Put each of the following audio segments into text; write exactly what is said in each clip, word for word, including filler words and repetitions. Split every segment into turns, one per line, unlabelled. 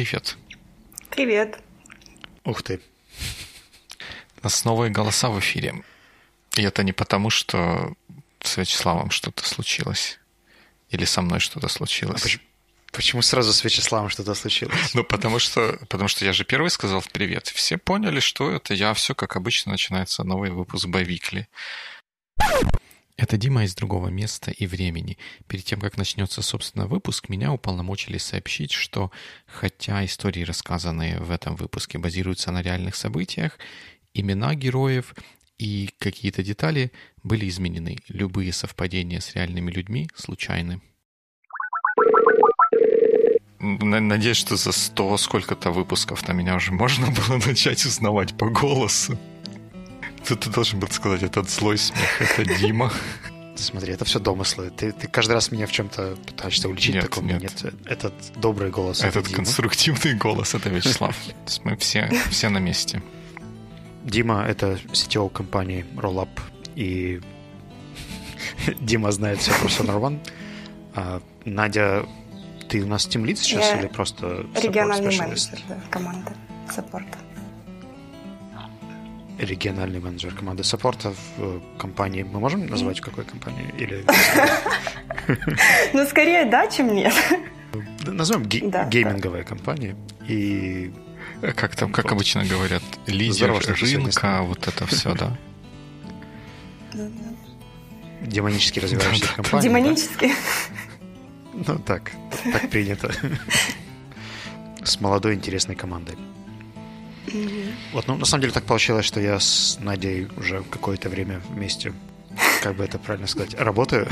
привет.
Привет.
Ух ты.
У нас новые голоса в эфире. И это не потому, что с Вячеславом что-то случилось. Или со мной что-то случилось.
А почему, почему сразу с Вячеславом что-то случилось?
Ну, потому что, потому что я же первый сказал привет. Все поняли, что это я. Все как обычно, начинается новый выпуск Бавикли. Это Дима из другого места и времени. Перед тем, как начнется, собственно, выпуск, меня уполномочили сообщить, что хотя истории, рассказанные в этом выпуске, базируются на реальных событиях, имена героев и какие-то детали были изменены. Любые совпадения с реальными людьми случайны. Надеюсь, что за сто сколько-то выпусков на меня уже можно было начать узнавать по голосу. Тут ты должен был сказать, этот злой смех, это Дима.
Смотри, это все домыслы. Ты, ты каждый раз меня в чем-то пытаешься уличить.
Нет,
такому.
нет.
Нет, этот добрый голос.
Этот
это
конструктивный голос, это Вячеслав. Мы все, все на месте.
Дима — это си ти о компании Rollup, и Дима знает все про SonarOne. А, Надя, ты у нас тимлид сейчас
Я
или просто
региональный менеджер, да, команды саппорта.
Региональный менеджер команды саппорта в компании. Мы можем назвать в какой компании? Или...
Ну, скорее да, чем нет.
Назовем ге-
да,
гейминговая да. компания. И...
Как там, как вот. обычно говорят, лидер рынка, вот это все, да?
Демонически развивающаяся компания.
Демонически?
Ну, так. Так принято. С молодой интересной командой. Mm-hmm. Вот, ну, на самом деле так получилось, что я с Надей уже какое-то время вместе, как бы это правильно сказать, работаю.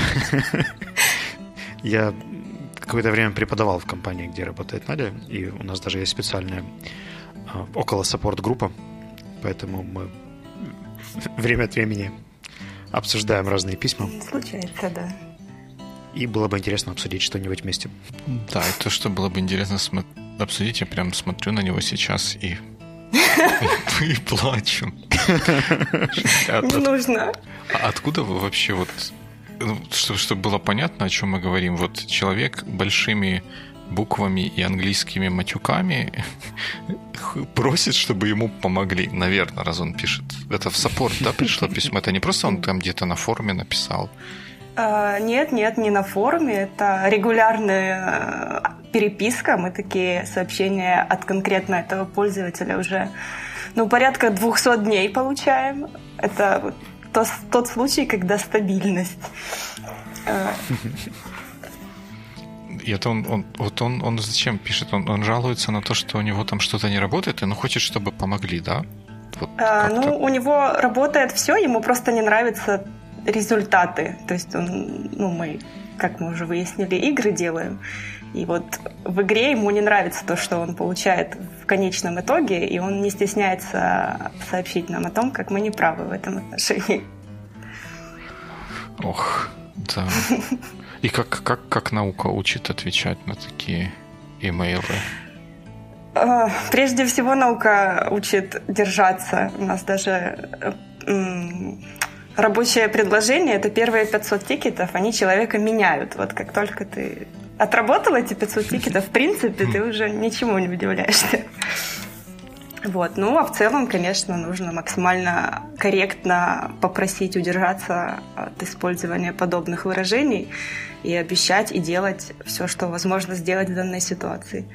Я какое-то время преподавал в компании, где работает Надя, и у нас даже есть специальная а, около саппорт-группа, поэтому мы время от времени обсуждаем разные письма.
Случается, да.
И было бы интересно обсудить что-нибудь вместе.
Да, и то, что было бы интересно смо- обсудить, я прям смотрю на него сейчас и и плачу.
Не нужно.
А откуда вы вообще вот... Чтобы, чтобы было понятно, о чем мы говорим. Вот человек большими буквами и английскими матюками просит, чтобы ему помогли. Наверное, раз он пишет. Это в саппорт, да, пришло письмо? Это не просто он там где-то на форуме написал?
Uh, нет, нет, не на форуме. Это регулярная переписка. Мы такие сообщения от конкретно этого пользователя уже ну, порядка двухсот дней получаем. Это вот то, тот случай, когда стабильность. Uh.
И это он, он, вот он, он зачем пишет? Он, он жалуется на то, что у него там что-то не работает, и он хочет, чтобы помогли, да? Вот
uh, ну, у него работает все, ему просто не нравится результаты. То есть он, ну, мы, как мы уже выяснили, игры делаем. И вот в игре ему не нравится то, что он получает в конечном итоге, и он не стесняется сообщить нам о том, как мы не правы в этом отношении.
Ох, да. И как, как, как наука учит отвечать на такие имейлы?
Прежде всего, наука учит держаться. У нас даже рабочее предложение — это первые пятьсот тикетов, они человека меняют. Вот как только ты отработал эти пятьсот тикетов, в принципе, ты уже ничему не удивляешься. Вот. Ну, а в целом, конечно, нужно максимально корректно попросить удержаться от использования подобных выражений и обещать и делать все, что возможно сделать в данной ситуации.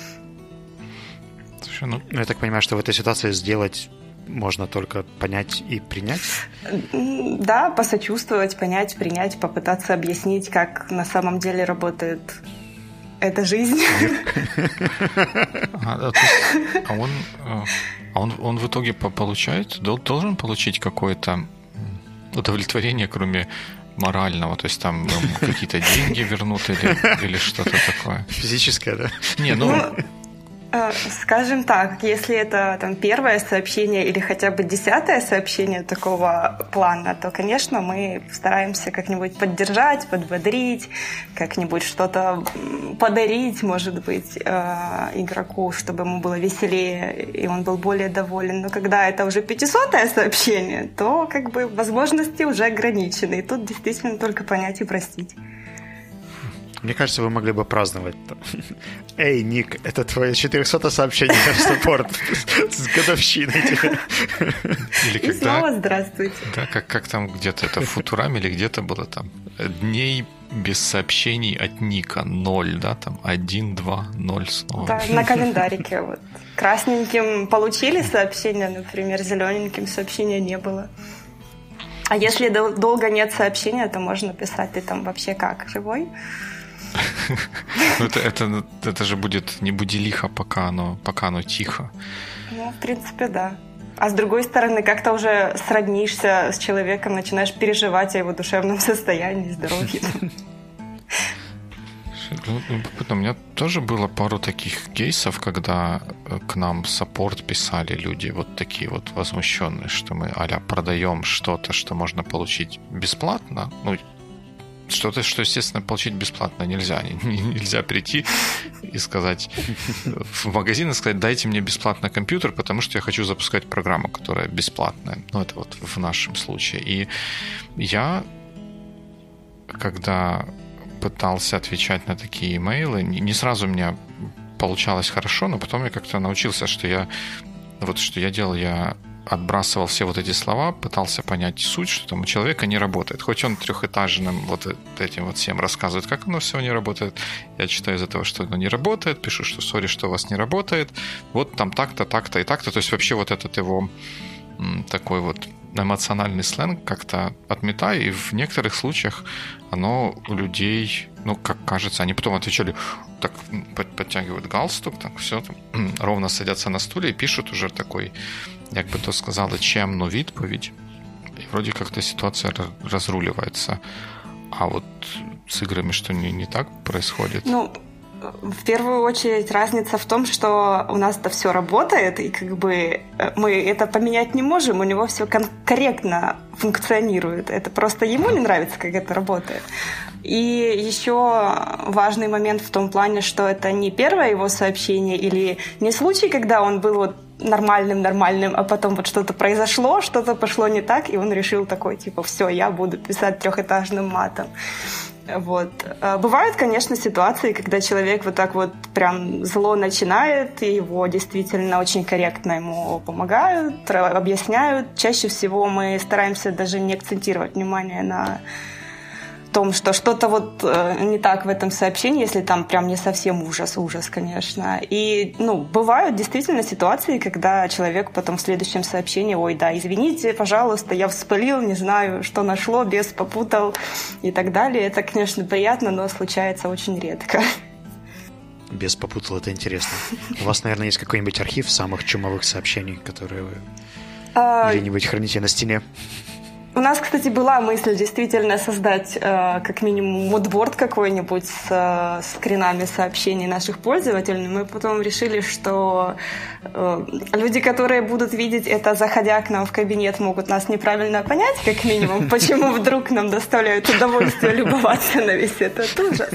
Слушай, ну...
Я так понимаю, что в этой ситуации сделать можно только понять и принять?
Да, посочувствовать, понять, принять, попытаться объяснить, как на самом деле работает эта жизнь.
А, а, он, а он, он в итоге получает, должен получить какое-то удовлетворение, кроме морального, то есть там какие-то деньги вернут или, или что-то такое?
Физическое, да?
Не, ну...
ну скажем так, если это там первое сообщение или хотя бы десятое сообщение такого плана, то, конечно, мы стараемся как-нибудь поддержать, подбодрить, как-нибудь что-то подарить, может быть, игроку, чтобы ему было веселее и он был более доволен. Но когда это уже пятисотое сообщение, то как бы возможности уже ограничены. И тут действительно только понять и простить.
Мне кажется, вы могли бы праздновать. Эй, Ник, это твое четырехсотое сообщение в саппорт с годовщиной тебе.
Или когда... И снова здравствуйте.
Да, как, как там где-то это в Футураме или где-то было там дней без сообщений от Ника ноль, да, там один, два, ноль снова.
Да, на календарике вот. Красненьким получили сообщение, например, зелененьким сообщения не было. А если долго нет сообщения, то можно писать: ты там вообще как, живой?
Ну, это, это, это же будет не будилиха, пока оно, пока оно тихо.
Ну, в принципе, да. А с другой стороны, как-то уже сроднишься с человеком, начинаешь переживать о его душевном состоянии, здоровье.
Ну, у меня тоже было пару таких кейсов, когда к нам в саппорт писали люди вот такие вот возмущенные, что мы а-ля продаем что-то, что можно получить бесплатно. Ну, что-то, что, естественно, получить бесплатно нельзя. Нельзя прийти и сказать в магазин и сказать: дайте мне бесплатно компьютер, потому что я хочу запускать программу, которая бесплатная. Ну, это вот в нашем случае. И я, когда пытался отвечать на такие имейлы, не сразу у меня получалось хорошо, но потом я как-то научился, что я вот что я делал, я отбрасывал все вот эти слова, пытался понять суть, что там у человека не работает. Хоть он трехэтажным вот этим вот всем рассказывает, как оно все не работает. Я читаю из-за того, что оно не работает, пишу, что сори, что у вас не работает. Вот там так-то, так-то и так-то. То есть вообще вот этот его такой вот эмоциональный сленг как-то отметаю, и в некоторых случаях оно у людей, ну, как кажется, они потом отвечали, так подтягивают галстук, так все, там, ровно садятся на стуле и пишут уже такой, як би то сказали, чемну відповідь, и вроде как-то ситуация разруливается. А вот с играми что не, не так происходит?
Ну, в первую очередь разница в том, что у нас-то все работает, и как бы мы это поменять не можем, у него все кон- корректно функционирует. Это просто ему не нравится, как это работает. И еще важный момент в том плане, что это не первое его сообщение или не случай, когда он был вот нормальным-нормальным, а потом вот что-то произошло, что-то пошло не так, и он решил такой, типа, все, я буду писать трехэтажным матом. Вот. Бывают, конечно, ситуации, когда человек вот так вот прям зло начинает, и его действительно очень корректно ему помогают, объясняют. Чаще всего мы стараемся даже не акцентировать внимание на том, что что-то вот не так в этом сообщении, если там прям не совсем ужас, ужас, конечно. И, ну, бывают действительно ситуации, когда человек потом в следующем сообщении: ой, да, извините, пожалуйста, я вспылил, не знаю, что нашло, бес попутал и так далее. Это, конечно, приятно, но случается очень редко.
Бес попутал, это интересно. У вас, наверное, есть какой-нибудь архив самых чумовых сообщений, которые вы а... где-нибудь храните на стене?
У нас, кстати, была мысль действительно создать э, как минимум мудборд какой-нибудь с э, скринами сообщений наших пользователей. Мы потом решили, что э, люди, которые будут видеть это, заходя к нам в кабинет, могут нас неправильно понять, как минимум, почему вдруг нам доставляют удовольствие любоваться на весь этот ужас.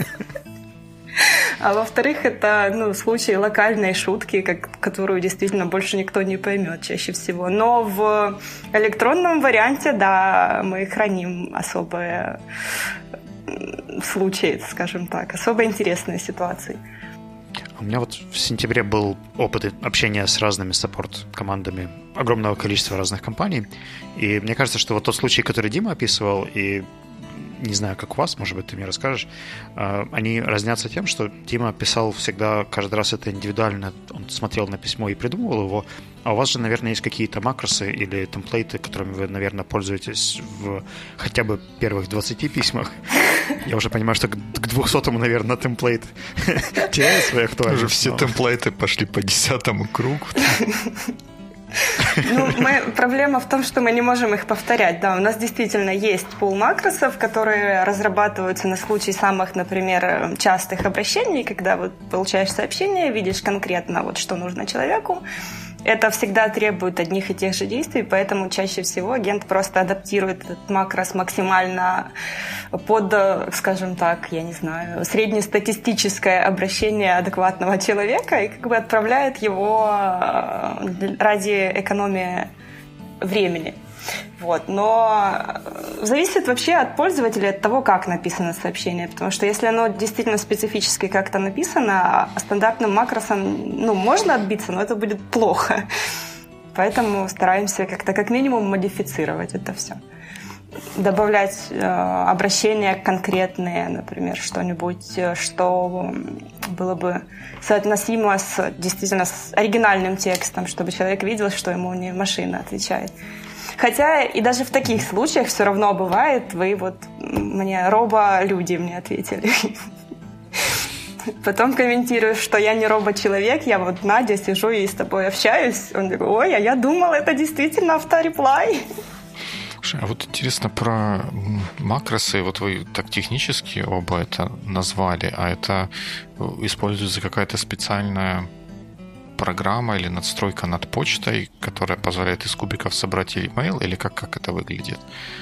А во-вторых, это, ну, случай локальной шутки, как, которую действительно больше никто не поймет чаще всего. Но в электронном варианте, да, мы храним особые случаи, скажем так, особо интересные ситуации.
У меня вот в сентябре был опыт общения с разными саппорт-командами огромного количества разных компаний. И мне кажется, что вот тот случай, который Дима описывал, и не знаю, как у вас, может быть, ты мне расскажешь, они разнятся тем, что Дима писал всегда, каждый раз это индивидуально, он смотрел на письмо и придумывал его, а у вас же, наверное, есть какие-то макросы или темплейты, которыми вы, наверное, пользуетесь в хотя бы первых двадцати письмах. Я уже понимаю, что к двухсотому, наверное, темплейт теряет свою актуальность.
Уже все темплейты пошли по десятому кругу.
Ну, мы, проблема в том, что мы не можем их повторять. Да, у нас действительно есть пул макросов, которые разрабатываются на случай самых, например, частых обращений, когда вот получаешь сообщение, видишь конкретно, вот, что нужно человеку. Это всегда требует одних и тех же действий, поэтому чаще всего агент просто адаптирует этот макрос максимально под, скажем так, я не знаю, среднестатистическое обращение адекватного человека и как бы отправляет его ради экономии времени. Вот. Но зависит вообще от пользователя, от того, как написано сообщение. Потому что если оно действительно специфически как-то написано, а стандартным макросом, ну, можно отбиться, но это будет плохо. Поэтому стараемся как-то как минимум модифицировать это все. Добавлять э, обращения конкретные, например, что-нибудь, что было бы соотносимо с действительно с оригинальным текстом, чтобы человек видел, что ему не машина отвечает. Хотя и даже в таких случаях все равно бывает, вы вот мне робо-люди мне ответили. Потом комментирую, что я не робот-человек, я вот Надя сижу и с тобой общаюсь. Он такой, ой, а я думал, это действительно автореплай.
Слушай, а вот интересно про макросы, вот вы так технически оба это назвали, а это используется какая-то специальная программа или надстройка над почтой, которая позволяет из кубиков собрать e-mail, или как, как это выглядит?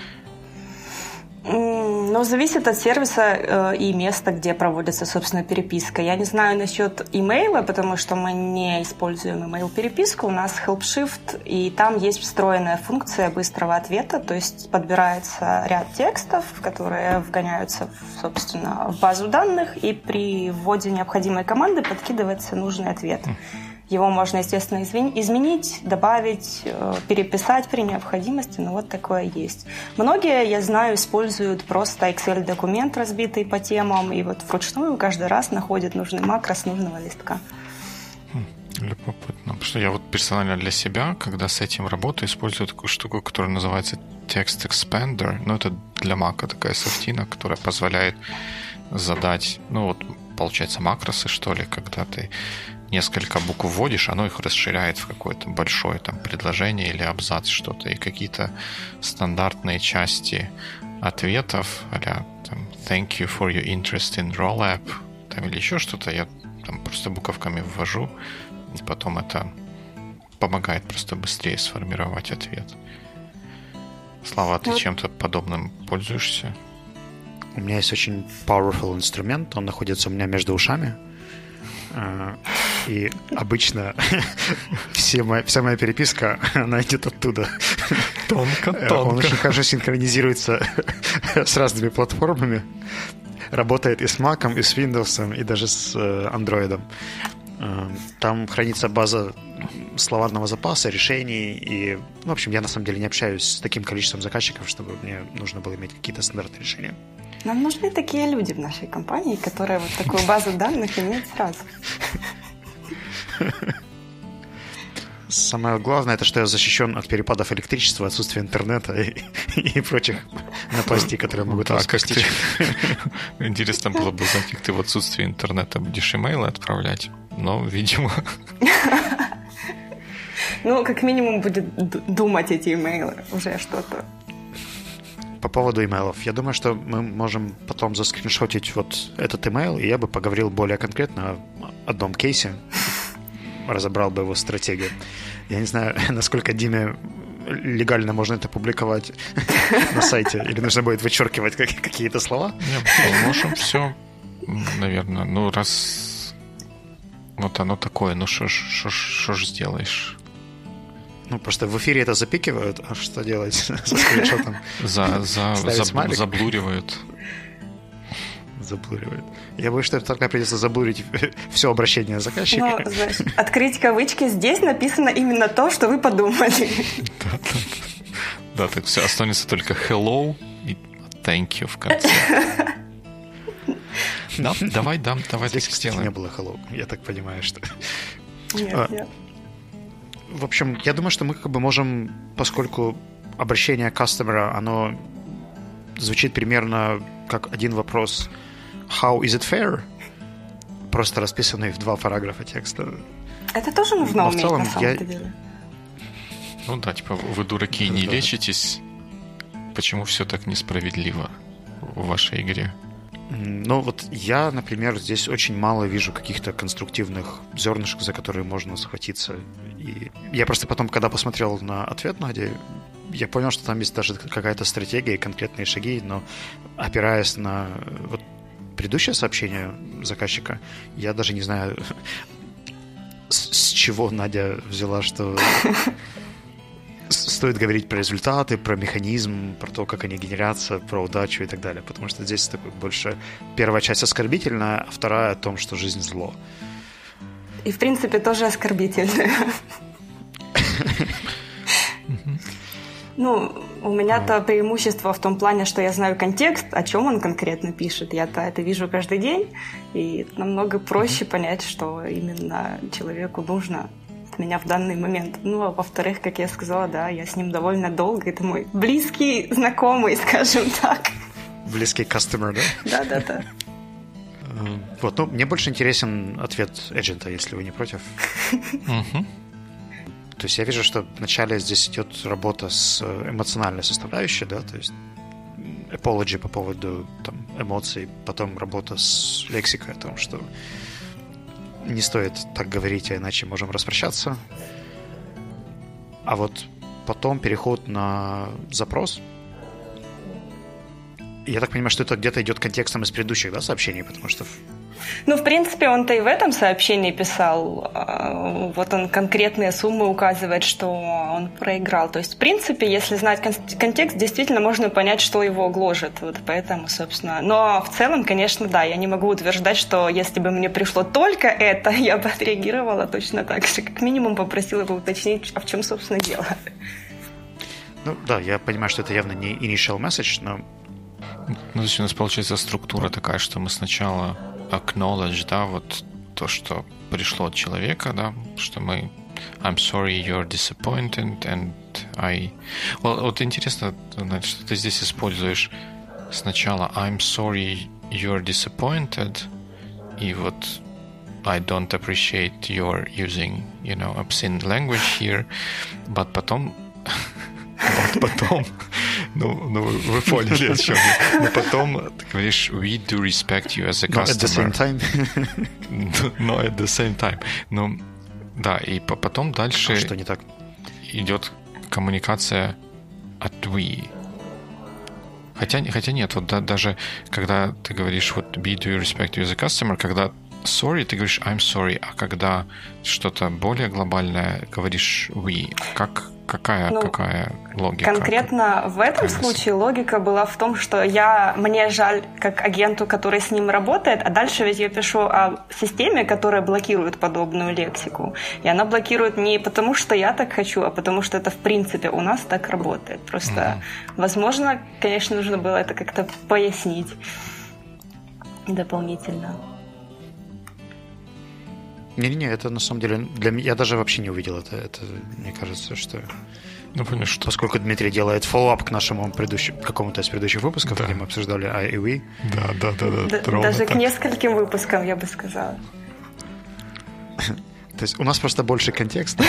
Ну, зависит от сервиса э, и места, где проводится, собственно, переписка. Я не знаю насчет имейла, потому что мы не используем email-переписку. У нас HelpShift, и там есть встроенная функция быстрого ответа, то есть подбирается ряд текстов, которые вгоняются, собственно, в базу данных, и при вводе необходимой команды подкидывается нужный ответ. Его можно, естественно, изменить, добавить, переписать при необходимости, но вот такое есть. Многие, я знаю, используют просто Excel-документ, разбитый по темам, и вот вручную каждый раз находят нужный макрос нужного листка.
Любопытно. Потому что я вот персонально для себя, когда с этим работаю, использую такую штуку, которая называется Text Expander. Ну, это для Mac такая софтина, которая позволяет задать, ну, вот, получается, макросы, что ли, когда ты несколько букв вводишь, оно их расширяет в какое-то большое там предложение или абзац что-то, и какие-то стандартные части ответов, а-ля там, thank you for your interest in Rollup, там, или еще что-то, я там просто буковками ввожу, и потом это помогает просто быстрее сформировать ответ. Слава, ты вот чем-то подобным пользуешься?
У меня есть очень powerful инструмент, он находится у меня между ушами. И обычно все моя, вся моя переписка, она идет оттуда.
Тонко, тонко.
Он очень хорошо синхронизируется с разными платформами. Работает и с Mac, и с Windows, и даже с Android. Там хранится база словарного запаса, решений. И, в общем, я на самом деле не общаюсь с таким количеством заказчиков, чтобы мне нужно было иметь какие-то стандартные решения.
Нам нужны такие люди в нашей компании, которые вот такую базу данных имеют сразу.
Самое главное, это что я защищен от перепадов электричества, отсутствия интернета и, и прочих напастей, которые могут вас постичь.
Интересно было бы узнать, как ты в отсутствии интернета будешь имейлы отправлять, но, видимо...
Ну, как минимум будет думать эти имейлы, уже что-то.
По поводу имейлов. Я думаю, что мы можем потом заскриншотить вот этот имейл, и я бы поговорил более конкретно о одном кейсе, разобрал бы его стратегию. Я не знаю, насколько Диме легально можно это публиковать на сайте, или нужно будет вычеркивать какие-то слова?
Нет, можем все, наверное. Ну, раз вот оно такое, ну что ж сделаешь?
Ну, просто в эфире это запикивают, а что делать со скриншотом?
За, за, заб, заблуривают.
Заблуривают. Я боюсь, что тогда придется заблурить все обращение заказчика.
Ну, знаешь, открыть кавычки. Здесь написано именно то, что вы подумали.
Да, да. Да, так все, останется только hello и thank you в конце. Да, давай, да, давай
здесь,
так
кстати,
сделаем.
не было hello. Я так понимаю, что...
Нет,
а,
нет.
В общем, я думаю, что мы как бы можем, поскольку обращение кастомера, оно звучит примерно как один вопрос «How is it fair?» просто расписанный в два параграфа текста.
Это тоже нужно
Но
уметь,
в целом,
на самом
я...
деле.
Ну да, типа, вы дураки не
да.
лечитесь. Почему все так несправедливо в вашей игре?
Ну вот я, например, здесь очень мало вижу каких-то конструктивных зернышек, за которые можно схватиться. И я просто потом, когда посмотрел на ответ Нади, я понял, что там есть даже какая-то стратегия и конкретные шаги, но опираясь на вот предыдущее сообщение заказчика, я даже не знаю, с, с чего Надя взяла, что... С, стоит говорить про результаты, про механизм, про то, как они генерятся, про удачу и так далее. Потому что здесь такой больше первая часть оскорбительная, а вторая о том, что жизнь зло.
И, в принципе, тоже оскорбительная. Ну, у меня-то преимущество в том плане, что я знаю контекст, о чем он конкретно пишет. Я-то это вижу каждый день, и намного проще понять, что именно человеку нужно от меня в данный момент. Ну, а во-вторых, как я сказала, да, я с ним довольно долго. Это мой близкий знакомый, скажем так.
Близкий customer, да?
Да-да-да.
Вот, ну, мне больше интересен ответ эджента, если вы не против. То есть я вижу, что вначале здесь идет работа с эмоциональной составляющей, да, то есть apology по поводу там, эмоций, потом работа с лексикой о том, что не стоит так говорить, а иначе можем распрощаться. А вот потом переход на запрос. Я так понимаю, что это где-то идет контекстом из предыдущих, да, сообщений, потому что...
Ну, в принципе, он-то и в этом сообщении писал. Вот он конкретные суммы указывает, что он проиграл. То есть, в принципе, если знать контекст, действительно можно понять, что его гложет. Вот поэтому, собственно... Но в целом, конечно, да, я не могу утверждать, что если бы мне пришло только это, я бы отреагировала точно так же. Как минимум попросила бы уточнить, а в чем, собственно, дело.
Ну, да, я понимаю, что это явно не initial message, но...
Ну, здесь у нас получается структура такая, что мы сначала acknowledge, да, вот то, что пришло от человека, да, что мы I'm sorry you're disappointed and I... Вот, вот интересно, что ты здесь используешь сначала I'm sorry you're disappointed и вот I don't appreciate your using, you know, obscene language here, but потом... Вот потом, ну, ну, вы поняли, о чем я. Но потом ты говоришь, we do respect you as a customer.
Not at the same time.
No, at the same time. Ну, да, и потом дальше...
А что не так?
Идет коммуникация от we. Хотя, хотя нет, вот да, даже когда ты говоришь, вот we do respect you as a customer, когда sorry, ты говоришь I'm sorry, а когда что-то более глобальное, говоришь we. Как... Какая, ну, какая логика?
Конкретно в этом случае логика была в том, что я, мне жаль как агенту, который с ним работает, а дальше ведь я пишу о системе, которая блокирует подобную лексику. И она блокирует не потому, что я так хочу, а потому что это в принципе у нас так работает. Просто, угу. возможно, конечно, нужно было это как-то пояснить дополнительно.
Не-не-не, это на самом деле для меня, я даже вообще не увидел это. Это мне кажется, что...
Ну, понимаешь, что...
Поскольку Дмитрий делает фоллоуап к нашему предыдущему, какому-то из предыдущих выпусков, да. где мы обсуждали I и we.
Да, да, да. да,
да даже так. К нескольким выпускам, я бы сказала.
То есть у нас просто больше контекста.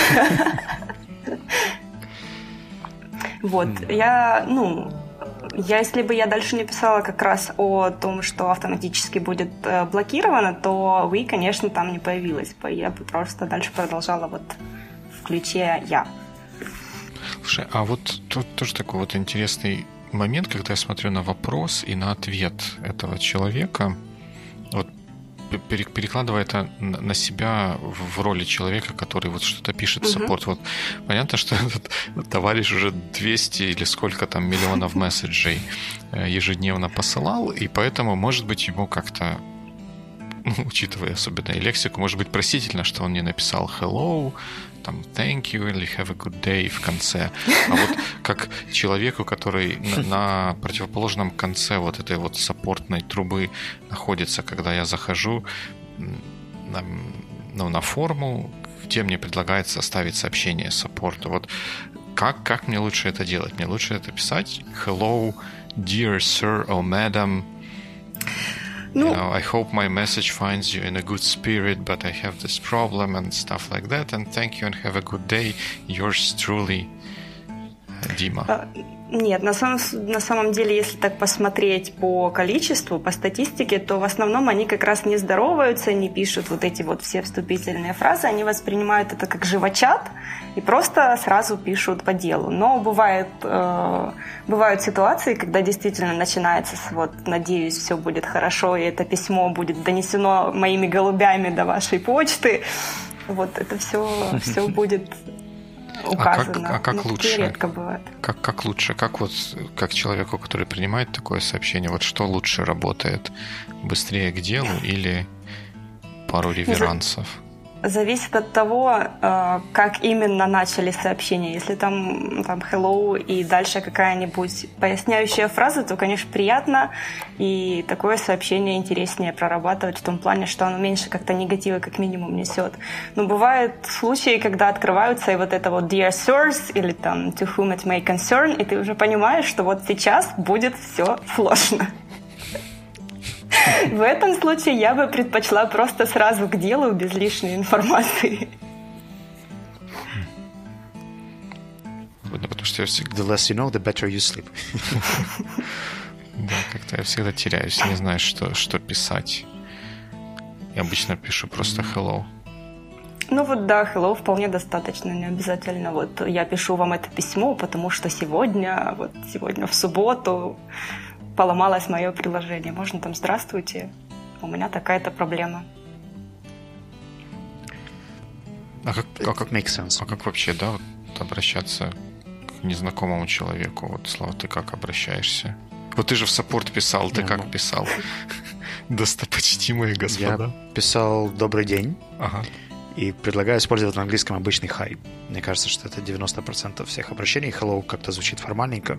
Вот, я, ну... Я, если бы я дальше не писала как раз о том, что автоматически будет э, блокировано, то вы, конечно, там не появилось бы. Я бы просто дальше продолжала вот в ключе «я».
Слушай, а вот тут тоже такой вот интересный момент, когда я смотрю на вопрос и на ответ этого человека, вот перекладывая это на себя в роли человека, который вот что-то пишет в саппорт. Uh-huh. Вот понятно, что этот товарищ уже двести или сколько там миллионов месседжей ежедневно посылал, и поэтому, может быть, ему как-то, ну, учитывая особенно и лексику, может быть, простительно, что он не написал hello, там thank you или have a good day в конце. А вот как человеку, который на, на противоположном конце вот этой вот саппортной трубы находится, когда я захожу на, ну, на форму, где мне предлагается оставить сообщение саппорту. Вот как, как мне лучше это делать? Мне лучше это писать hello, dear sir or madam.
Ну,
you know, I hope my message finds you in a good spirit, but I have this problem and stuff like that. And thank you and have a good day. Yours truly, Дима.
Нет, на самом, на самом деле, если так посмотреть по количеству, по статистике, то в основном они как раз не здороваются, не пишут вот эти вот все вступительные фразы, они воспринимают это как живочат и просто сразу пишут по делу. Но бывает, э, бывают ситуации, когда действительно начинается с вот «надеюсь, все будет хорошо, и это письмо будет донесено моими голубями до вашей почты». Вот это все, все будет указано.
А как, а как
но
лучше?
Редко бывает.
Как, как лучше? Как вот как человеку, который принимает такое сообщение, вот что лучше работает? Быстрее к делу или пару реверансов?
Зависит от того, как именно начали сообщение. Если там, там hello и дальше какая-нибудь поясняющая фраза, то, конечно, приятно, и такое сообщение интереснее прорабатывать в том плане, что оно меньше как-то негатива как минимум несет. Но бывают случаи, когда открываются и вот это вот dear sirs или там to whom it may concern, и ты уже понимаешь, что вот сейчас будет все сложно. В этом случае я бы предпочла просто сразу к делу, без лишней информации.
Да, потому что я всегда...
The less you know, the better you sleep.
Да, как-то я всегда теряюсь, не знаю, что, что писать. Я обычно пишу просто hello.
Ну вот да, hello вполне достаточно, не обязательно. Вот я пишу вам это письмо, потому что сегодня, вот сегодня в субботу поломалось мое приложение. Можно там «Здравствуйте, у меня такая-то проблема».
А как, а как,
makes sense.
А как вообще, да, вот обращаться к незнакомому человеку? Вот, Слава, ты как обращаешься? Вот ты же в саппорт писал, ты yeah, как ну... писал? Достопочтимые господа.
Я писал «Добрый день».
Ага.
И предлагаю использовать на английском обычный «hi». Мне кажется, что это девяносто процентов всех обращений. «Hello» как-то звучит формальненько.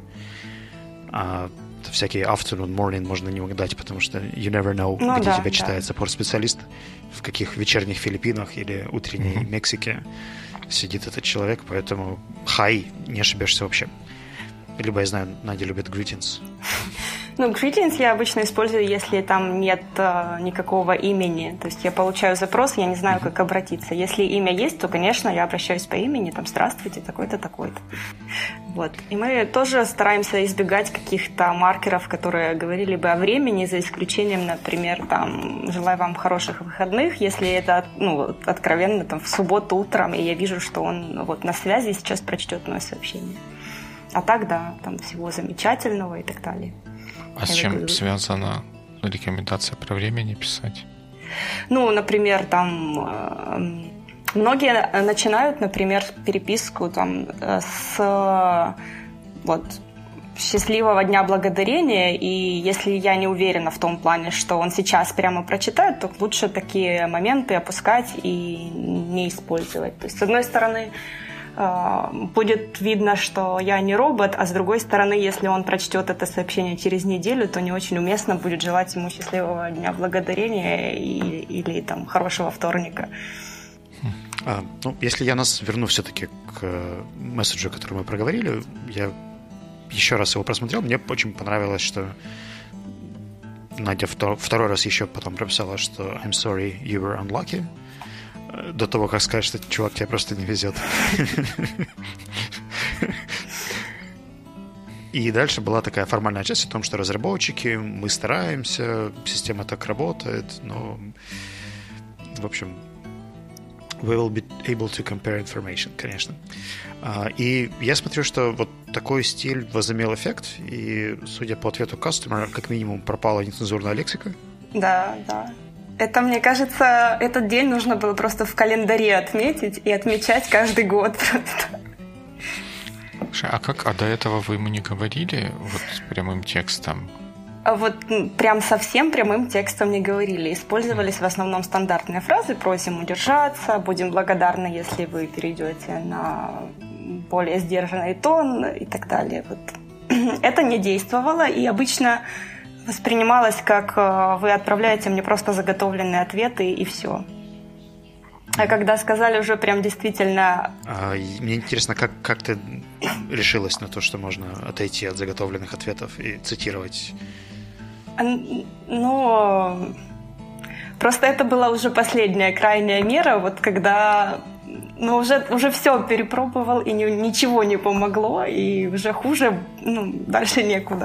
А всякие afternoon, morning можно не угадать, потому что you never know, ну, где да, тебя да. читает саппорт-специалист, в каких вечерних Филиппинах или утренней mm-hmm. Мексике сидит этот человек, поэтому hi, не ошибешься вообще. Либо, я знаю, Надя любит greetings.
Ну, greetings я обычно использую, если там нет э, никакого имени. То есть я получаю запрос, я не знаю, mm-hmm. как обратиться. Если имя есть, то, конечно, я обращаюсь по имени, там, здравствуйте, такой-то, такой-то. Вот. И мы тоже стараемся избегать каких-то маркеров, которые говорили бы о времени, за исключением, например, там, желаю вам хороших выходных, если это, ну, откровенно, там, в субботу утром, и я вижу, что он вот на связи, сейчас прочтет мое сообщение. А так, да, там, всего замечательного и так далее.
А с чем связана рекомендация про время не писать?
Ну, например, там многие начинают, например, переписку там с вот счастливого дня благодарения, и если я не уверена в том плане, что он сейчас прямо прочитает, то лучше такие моменты опускать и не использовать. То есть, с одной стороны, будет видно, что я не робот, а с другой стороны, если он прочтет это сообщение через неделю, то не очень уместно будет желать ему счастливого дня благодарения и, или там хорошего вторника.
А, ну, если я нас верну все-таки к месседжу, который мы проговорили, я еще раз его просмотрел, мне очень понравилось, что Надя втор- второй раз еще потом прописала, что I'm sorry, you were unlucky. До того, как сказать, что чувак, тебе просто не везет. И дальше была такая формальная часть о том, что разработчики, мы стараемся, система так работает, но, в общем, we will be able to compare information, конечно. И я смотрю, что вот такой стиль возымел эффект, и, судя по ответу customer, как минимум пропала нецензурная лексика.
Да, да. Это, мне кажется, этот день нужно было просто в календаре отметить и отмечать каждый год просто.
А как, а до этого вы ему не говорили вот с прямым текстом?
А вот прям совсем прямым текстом не говорили. Использовались в основном стандартные фразы: просим удержаться, будем благодарны, если вы перейдете на более сдержанный тон и так далее. Вот. Это не действовало, и обычно воспринималось как вы отправляете мне просто заготовленные ответы и все. А когда сказали уже прям действительно...
А, мне интересно, как, как ты решилась на то, что можно отойти от заготовленных ответов и цитировать?
Ну, просто это была уже последняя крайняя мера, вот когда... Ну, уже, уже все перепробовал, и ни, ничего не помогло, и уже хуже, ну, дальше некуда.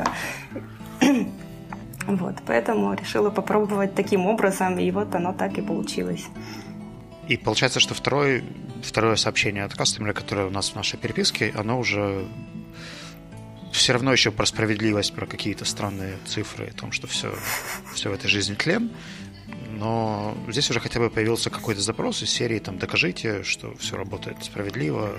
Вот, поэтому решила попробовать таким образом, и вот оно так и получилось.
И получается, что второе, второе сообщение от кастомера, которое у нас в нашей переписке, оно уже все равно еще про справедливость, про какие-то странные цифры, о том, что все, все в этой жизни тлен. но здесь уже хотя бы появился какой-то запрос из серии там «Докажите, что все работает справедливо».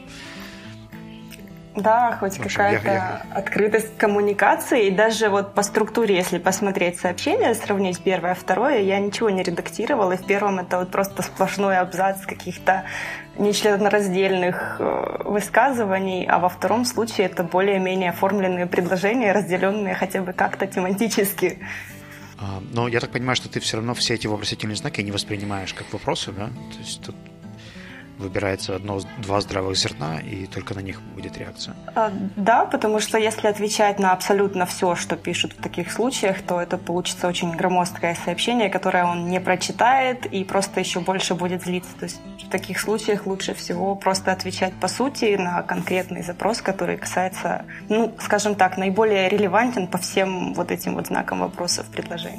Да, хоть
общем,
какая-то
я, я...
открытость коммуникации. И даже вот по структуре, если посмотреть сообщение, сравнить первое и второе, я ничего не редактировала. И в первом это вот просто сплошной абзац каких-то нечленораздельных высказываний, а во втором случае это более-менее оформленные предложения, разделенные хотя бы как-то тематически.
А, но я так понимаю, что ты все равно все эти вопросительные знаки не воспринимаешь как вопросы, да? То есть тут выбирается одно, два здравых зерна, и только на них будет реакция.
Да, потому что если отвечать на абсолютно все, что пишут в таких случаях, то это получится очень громоздкое сообщение, которое он не прочитает и просто еще больше будет злиться. То есть в таких случаях лучше всего просто отвечать по сути на конкретный запрос, который касается, ну, скажем так, наиболее релевантен по всем вот этим вот знакам вопросов предложений.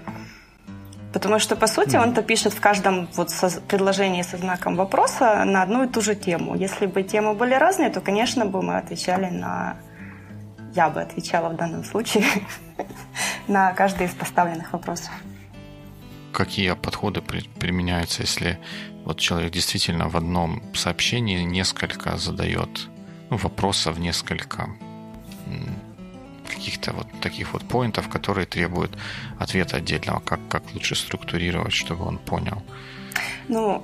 Потому что, по сути, он-то пишет в каждом вот со предложении со знаком вопроса на одну и ту же тему. Если бы темы были разные, то, конечно, бы мы отвечали на... Я бы отвечала в данном случае на каждый из поставленных вопросов.
Какие подходы при- применяются, если вот человек действительно в одном сообщении несколько задает, ну, вопросов, несколько каких-то вот таких вот поинтов, которые требуют ответа отдельного, как, как лучше структурировать, чтобы он понял?
Ну,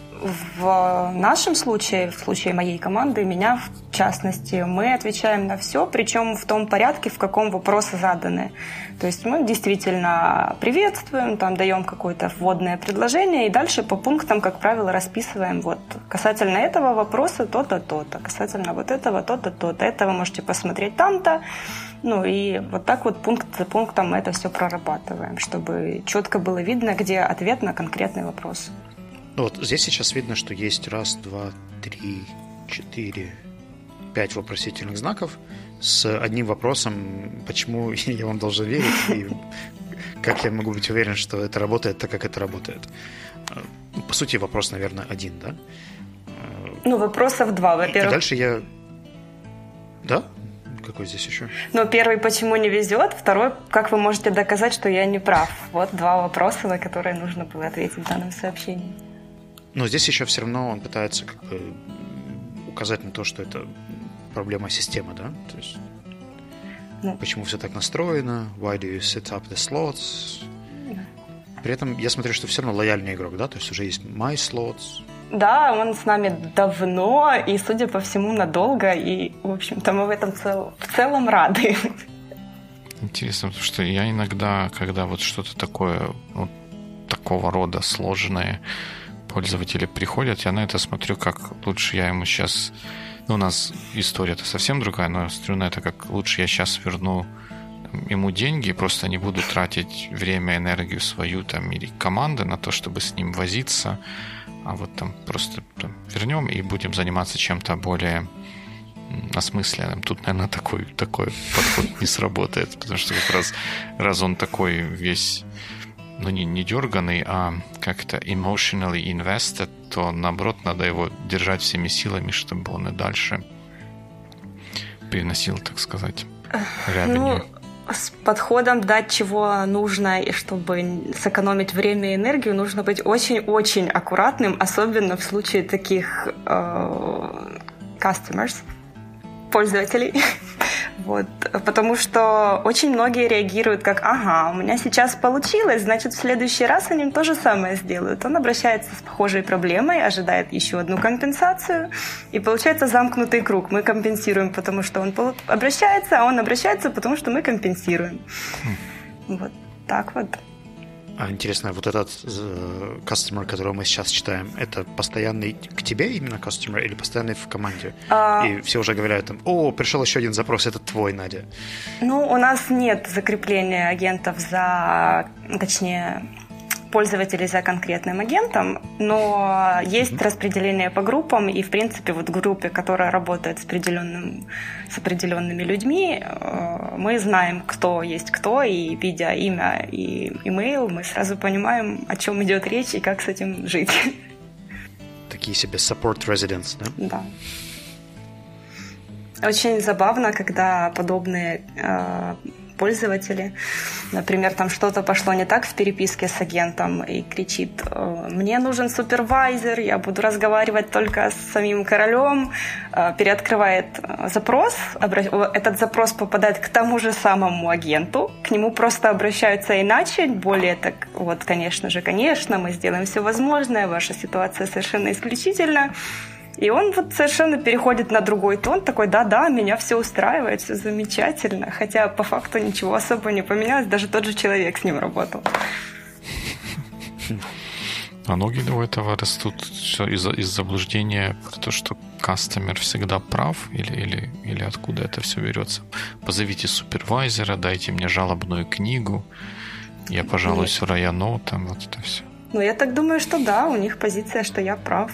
в нашем случае, в случае моей команды, меня в частности, мы отвечаем на все, причем в том порядке, в каком вопросы заданы. То есть мы действительно приветствуем, там даем какое-то вводное предложение, и дальше по пунктам, как правило, расписываем вот касательно этого вопроса то-то, то-то, касательно вот этого то-то, то-то. Это вы можете посмотреть там-то. Ну и вот так вот пункт за пунктом мы это все прорабатываем, чтобы четко было видно, где ответ на конкретный вопрос.
Ну вот здесь сейчас видно, что есть раз, два, три, четыре, пять вопросительных знаков с одним вопросом, почему я вам должен верить и как я могу быть уверен, что это работает так, как это работает. По сути, вопрос, наверное, один, да?
Ну, вопросов два, во-первых.
И дальше я... Да? Какой здесь еще?
Ну, первый, почему не везет, второй, как вы можете доказать, что я не прав. Вот два вопроса, на которые нужно было ответить в данном сообщении.
Но здесь еще все равно он пытается как бы указать на то, что это проблема системы, да? То есть ну. Почему все так настроено? Why do you set up the slots? Да. При этом я смотрю, что все равно лояльный игрок, да? То есть уже есть my slots.
Да, он с нами давно и, судя по всему, надолго. И, в общем-то, мы в этом цел... в целом рады.
Интересно, потому что я иногда, когда вот что-то такое, вот такого рода сложное, пользователи приходят, я на это смотрю, как лучше я ему сейчас... Ну, у нас история-то совсем другая, но я смотрю на это, как лучше я сейчас верну там, ему деньги, просто не буду тратить время, энергию свою там, или команды на то, чтобы с ним возиться, а вот там просто там, вернем и будем заниматься чем-то более осмысленным. Тут, наверное, такой, такой подход не сработает, потому что как раз раз он такой весь... ну, не, не дерганый, а как-то emotionally invested, то, наоборот, надо его держать всеми силами, чтобы он и дальше приносил, так сказать, revenue.
Ну, с подходом дать, чего нужно, и чтобы сэкономить время и энергию, нужно быть очень-очень аккуратным, особенно в случае таких э, customers, пользователей. Вот, потому что очень многие реагируют как «ага, у меня сейчас получилось, значит, в следующий раз они то же самое сделают». Он обращается с похожей проблемой, ожидает еще одну компенсацию, и получается замкнутый круг. Мы компенсируем, потому что он обращается, а он обращается, потому что мы компенсируем. Mm. Вот так вот.
А интересно, вот этот uh, customer, которого мы сейчас читаем, это постоянный к тебе именно customer или постоянный в команде? А... И все уже говорят там, о, пришел еще один запрос, это твой, Надя.
Ну, у нас нет закрепления агентов за, точнее, пользователей за конкретным агентом, но есть mm-hmm. распределение по группам, и, в принципе, вот в группе, которая работает с, определенным, с определенными людьми, мы знаем, кто есть кто, и, видя имя и имейл, мы сразу понимаем, о чем идет речь и как с этим жить.
Такие себе support residents, да?
Да. Очень забавно, когда подобные э, пользователи. Например, там что-то пошло не так в переписке с агентом и кричит: «Мне нужен супервайзер, я буду разговаривать только с самим королем». Переоткрывает запрос, этот запрос попадает к тому же самому агенту, к нему просто обращаются иначе, более так, вот, конечно же, конечно, мы сделаем все возможное, ваша ситуация совершенно исключительна. И он вот совершенно переходит на другой тон, такой: да-да, меня все устраивает, все замечательно. Хотя по факту ничего особо не поменялось, даже тот же человек с ним работал.
А ноги у этого растут из-за из заблуждения, то, что кастомер всегда прав, или, или, или откуда это все берется? Позовите супервайзера, дайте мне жалобную книгу, я пожалуюсь в районо, там вот это все.
Ну, я так думаю, что да, у них позиция, что я прав.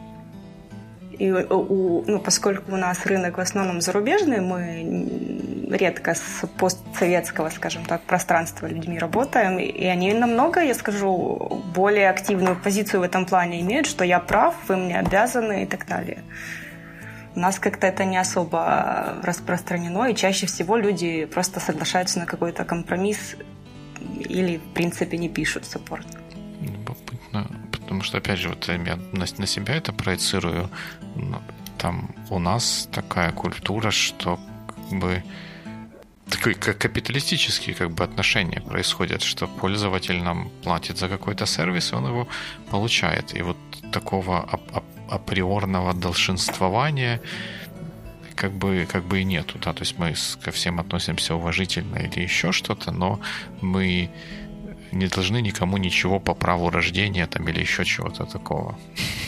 И у, ну, поскольку у нас рынок в основном зарубежный, мы редко с постсоветского, скажем так, пространства людьми работаем, и они намного, я скажу, более активную позицию в этом плане имеют, что я прав, вы мне обязаны и так далее. У нас как-то это не особо распространено, и чаще всего люди просто соглашаются на какой-то компромисс или, в принципе, не пишут саппорт.
Любопытно. Потому что, опять же, вот я на, на себя это проецирую. Там у нас такая культура, что как бы такой как капиталистические как бы отношения происходят, что пользователь нам платит за какой-то сервис, и он его получает. И вот такого ап- ап- априорного долженствования как бы, как бы и нету. Да? То есть мы ко всем относимся уважительно или еще что-то, но мы не должны никому ничего по праву рождения там, или еще чего-то такого.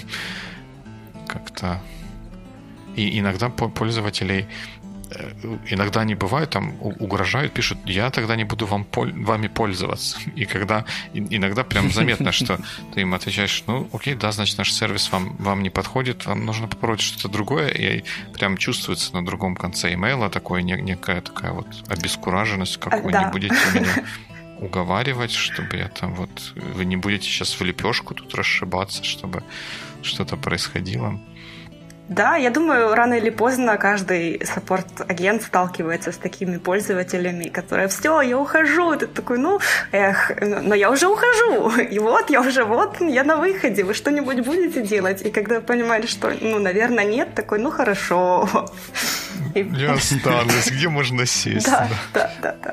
Как-то... И иногда пользователей... Иногда они бывают, там угрожают, пишут: я тогда не буду вам, вами пользоваться. И когда... Иногда прям заметно, что ты им отвечаешь: ну, окей, да, значит, наш сервис вам, вам не подходит, вам нужно попробовать что-то другое. И прям чувствуется на другом конце имейла такое, некая такая вот обескураженность, как а, вы да. не будете меня... уговаривать, чтобы я там вот... Вы не будете сейчас в лепешку тут расшибаться, чтобы что-то происходило.
Да, я думаю, рано или поздно каждый саппорт-агент сталкивается с такими пользователями, которые: все, я ухожу. Ты такой: ну, эх, но я уже ухожу. И вот, я уже вот, я на выходе. Вы что-нибудь будете делать? И когда понимаешь, что, ну, наверное, нет, такой: ну, хорошо.
Я останусь. Где можно сесть?
Да, да, да, да.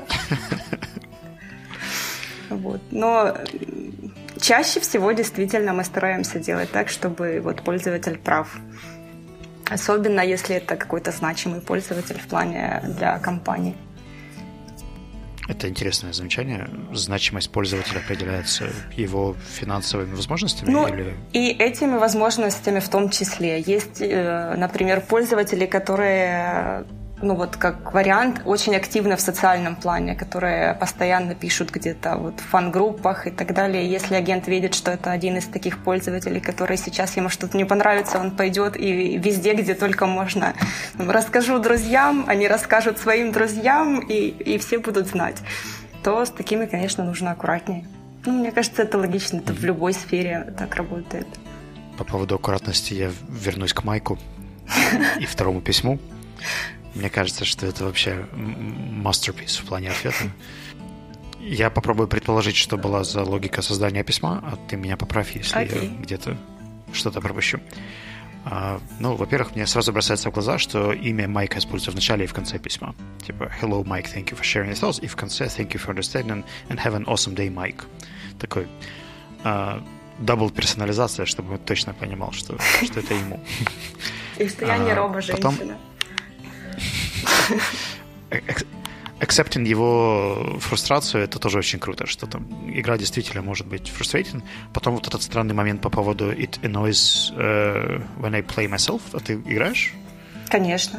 Вот. Но чаще всего действительно мы стараемся делать так, чтобы вот пользователь прав. Особенно если это какой-то значимый пользователь в плане для компании.
Это интересное замечание. Значимость пользователя определяется его финансовыми возможностями?
Ну,
или...
и этими возможностями в том числе. Есть, например, пользователи, которые... ну вот как вариант, очень активно в социальном плане, которые постоянно пишут где-то вот в фан-группах и так далее. Если агент видит, что это один из таких пользователей, который сейчас ему что-то не понравится, он пойдет и везде, где только можно: расскажу друзьям, они расскажут своим друзьям, и, и все будут знать. То с такими, конечно, нужно аккуратнее. Ну, мне кажется, это логично, это в любой сфере так работает.
По поводу аккуратности я вернусь к Майку и второму письму. Мне кажется, что это вообще masterpiece в плане ответа. Я попробую предположить, что была за логика создания письма, а ты меня поправь, если okay. я где-то что-то пропущу. А, ну, во-первых, мне сразу бросается в глаза, что имя Майка используется в начале и в конце письма. Типа «Hello, Mike, thank you for sharing your thoughts», и в конце «Thank you for understanding and have an awesome day, Mike». Такой а, дабл-персонализация, чтобы он точно понимал, что, что это ему.
И что я не робо-женщина.
Accepting его фрустрацию — это тоже очень круто, что там игра действительно может быть frustrating. Потом вот этот странный момент по поводу it annoys uh, when I play myself. А ты играешь?
Конечно.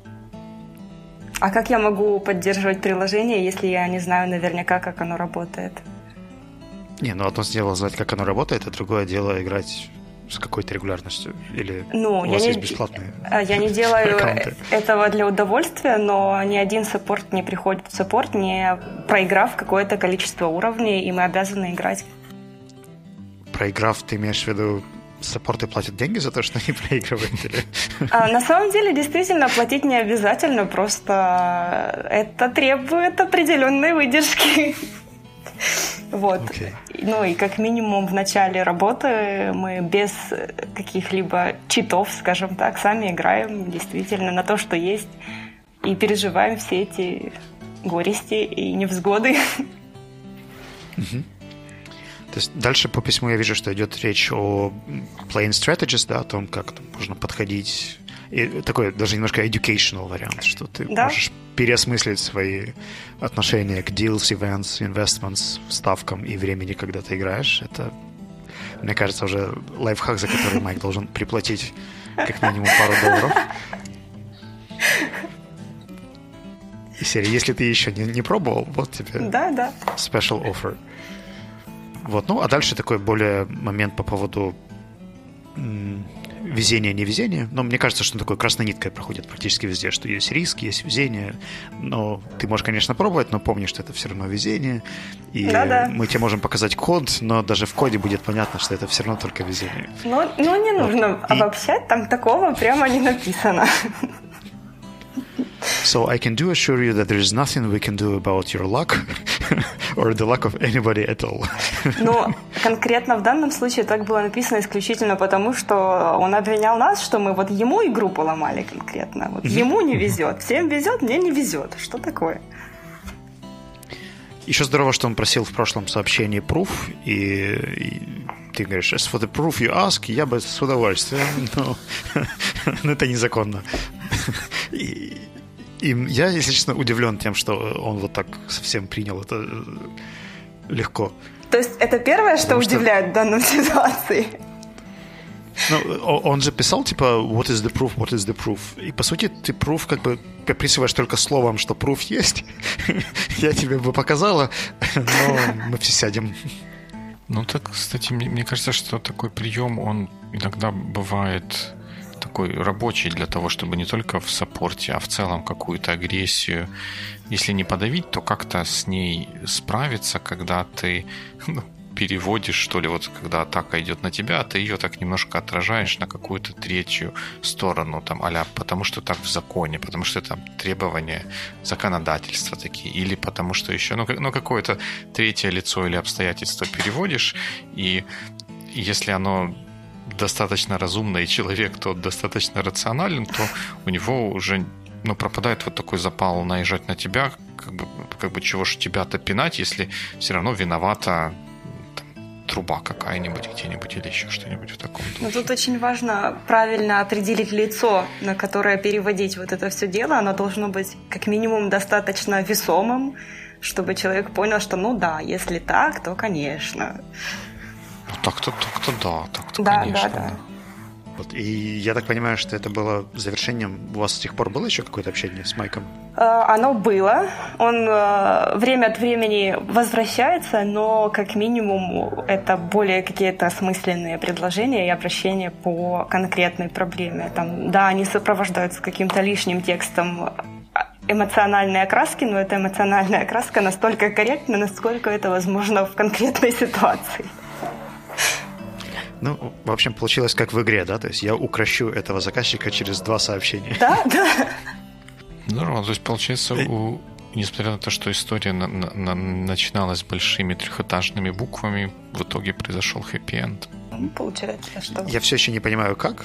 А как я могу поддерживать приложение, если я не знаю наверняка, как оно работает?
Не, ну одно дело знать, как оно работает, а другое дело играть с какой-то регулярностью? Или
ну,
у вас
я
есть
не,
бесплатные
Я не делаю аккаунты? Этого для удовольствия, но ни один саппорт не приходит в саппорт, не проиграв какое-то количество уровней, и мы обязаны играть.
Проиграв, ты имеешь в виду саппорты платят деньги за то, что они проигрывают? Или?
А, на самом деле, действительно, платить не обязательно, просто это требует определенной выдержки. Вот. Okay. Ну и как минимум в начале работы мы без каких-либо читов, скажем так, сами играем действительно на то, что есть, и переживаем все эти горести и невзгоды.
Mm-hmm. То есть дальше по письму я вижу, что идет речь о playing strategies, да, о том, как там можно подходить. И такой даже немножко educational вариант, что ты да? можешь переосмыслить свои отношения к deals, events, investments, ставкам и времени, когда ты играешь. Это, мне кажется, уже лайфхак, за который Майк должен приплатить как минимум пару долларов. И серия, если ты еще не, не пробовал, вот тебе
да, да.
special offer. Вот, ну, а дальше такой более момент по поводу м- везения, невезения. Но мне кажется, что такой красной ниткой проходит практически везде, что есть риск, есть везение. Но ты можешь, конечно, пробовать, но помни, что это все равно везение. И да-да. мы тебе можем показать код, но даже в коде будет понятно, что это все равно только везение.
Ну, ну не нужно вот. обобщать, и... там такого прямо не написано.
So I can do assure you that there is nothing we can do about your luck or the luck of anybody at all.
Ну, конкретно в данном случае так было написано исключительно потому, что он обвинял нас, что мы вот ему игру поломали конкретно. Вот mm-hmm. ему не везет. Всем везет, мне не везет. Что такое?
Еще здорово, что он просил в прошлом сообщении proof, и, и ты говоришь, as for the proof you ask, я бы с удовольствием, но, но это незаконно. И, и я, если честно, удивлен тем, что он вот так совсем принял это легко.
То есть это первое, что Потому удивляет что... в данной ситуации?
Ну, он же писал, типа, what is the proof, what is the proof? И, по сути, ты proof как бы описываешь только словом, что proof есть. Я тебе бы показала, но мы все сядем.
Ну, так, кстати, мне, мне кажется, что такой прием, он иногда бывает такой рабочий для того, чтобы не только в саппорте, а в целом какую-то агрессию, если не подавить, то как-то с ней справиться, когда ты ну, переводишь, что ли, вот когда атака идет на тебя, ты ее так немножко отражаешь на какую-то третью сторону, там, а-ля, потому что так в законе, потому что там требования законодательства такие, или потому что еще, ну, ну какое-то третье лицо или обстоятельство переводишь, и если оно достаточно разумный человек, тот достаточно рационален, то у него уже ну, пропадает вот такой запал наезжать на тебя, как бы, как бы чего ж тебя-то пинать, если все равно виновата там, труба какая-нибудь где-нибудь или еще что-нибудь в таком духе.
Но тут очень важно правильно определить лицо, на которое переводить вот это все дело. Оно должно быть как минимум достаточно весомым, чтобы человек понял, что ну да, если так, то конечно.
Ну, так-то, так-то да, так-то,
да,
конечно.
Да, да.
Вот, и я так понимаю, что это было завершением. У вас с тех пор было еще какое-то общение с Майком?
Оно было. Он время от времени возвращается, но как минимум это более какие-то осмысленные предложения и обращения по конкретной проблеме. Там, да, они сопровождаются каким-то лишним текстом эмоциональной окраски, но эта эмоциональная окраска настолько корректна, насколько это возможно в конкретной ситуации.
Ну, в общем, получилось как в игре, да? То есть я укращу этого заказчика через два сообщения.
Да, да.
Здорово. То есть, получается, у... несмотря на то, что история на- на- начиналась большими трехэтажными буквами, в итоге произошел хэппи-энд.
Ну, получается, что...
Я все еще не понимаю, как.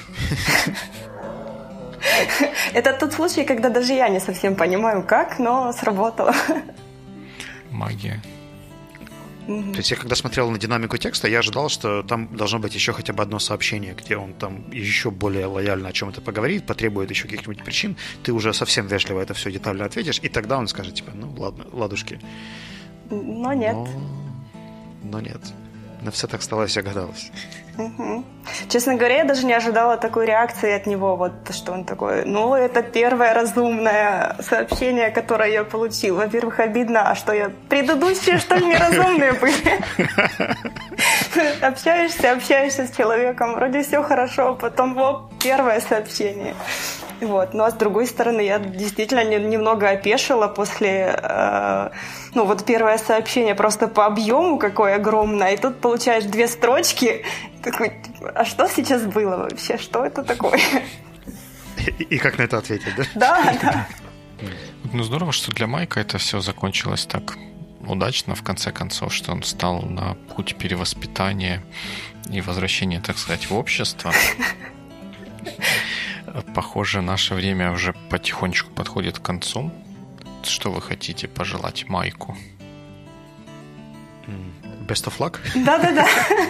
Это тот случай, когда даже я не совсем понимаю, как, но сработало.
Магия.
То есть я когда смотрел на динамику текста, я ожидал, что там должно быть еще хотя бы одно сообщение, где он там еще более лояльно о чем-то поговорит, потребует еще каких-нибудь причин, ты уже совсем вежливо это все детально ответишь, и тогда он скажет, типа, ну ладно, ладушки.
Но нет.
Но, но нет. Но все так сталось, я гадалась.
Угу. Честно говоря, я даже не ожидала такой реакции от него, вот что он такой, ну, это первое разумное сообщение, которое я получил. Во-первых, обидно, а что я предыдущие, что ли, неразумные были? Общаешься, общаешься с человеком, вроде все хорошо, потом, вот, первое сообщение. Вот. Ну, а с другой стороны, я действительно немного опешила после... Э, ну, вот первое сообщение просто по объему какое огромное, и тут получаешь две строчки, Такой, типа, а что сейчас было вообще? Что это такое?
И, и как на это ответить, да?
Да, да.
Ну, здорово, что для Майка это все закончилось так удачно, в конце концов, что он стал на путь перевоспитания и возвращения, так сказать, в общество. Похоже, наше время уже потихонечку подходит к концу. Что вы хотите пожелать Майку?
Best of luck?
Да-да-да.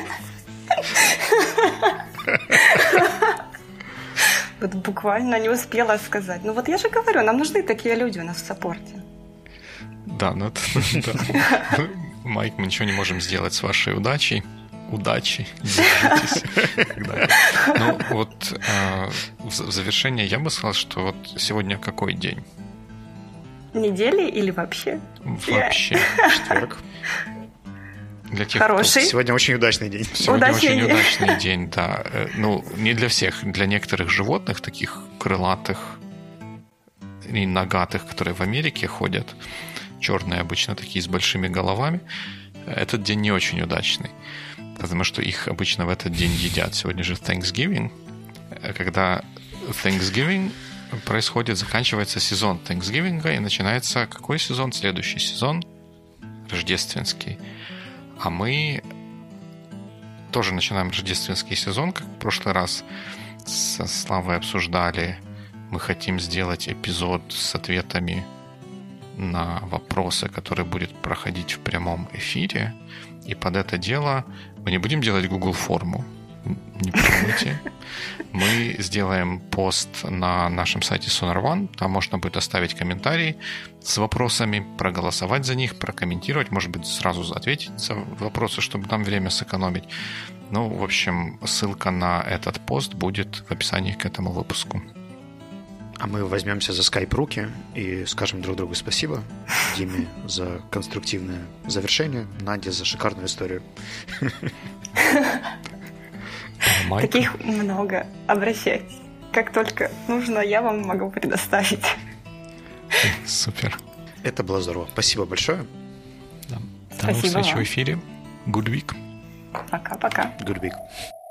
Вот буквально не успела сказать. Ну вот я же говорю, нам нужны такие люди у нас в саппорте.
Да, ну это... Да. Майк, мы ничего не можем сделать с вашей удачей. Удачи, держитесь. Ну вот в завершение я бы сказал, что вот сегодня какой день?
Недели или вообще?
Вообще.
Четверг.
Для тех,
Хороший.
Кто...
Сегодня очень удачный день.
Сегодня
удачный
очень
день.
удачный день, да. Ну, не для всех. Для некоторых животных, таких крылатых и ногатых, которые в Америке ходят, черные обычно такие с большими головами, этот день не очень удачный. Потому что их обычно в этот день едят. Сегодня же Thanksgiving. Когда Thanksgiving происходит, заканчивается сезон Thanksgiving, и начинается какой сезон? Следующий сезон рождественский. А мы тоже начинаем рождественский сезон, как в прошлый раз со Славой обсуждали. Мы хотим сделать эпизод с ответами на вопросы, который будет проходить в прямом эфире. И под это дело мы не будем делать Google форму. Не подумайте. Мы сделаем пост на нашем сайте Sonar One. Там можно будет оставить комментарий с вопросами, проголосовать за них, прокомментировать, может быть, сразу ответить за вопросы, чтобы нам время сэкономить. Ну, в общем, ссылка на этот пост будет в описании к этому выпуску.
А мы возьмемся за скайп-руки и скажем друг другу спасибо. Диме за конструктивное завершение, Наде за шикарную историю.
Майк.
Таких много. Обращайтесь. Как только нужно, я вам могу предоставить.
Супер.
Это было здорово. Спасибо большое.
Да. До новых
Спасибо
встреч
вам.
в эфире. Good week.
Пока-пока.
Good week.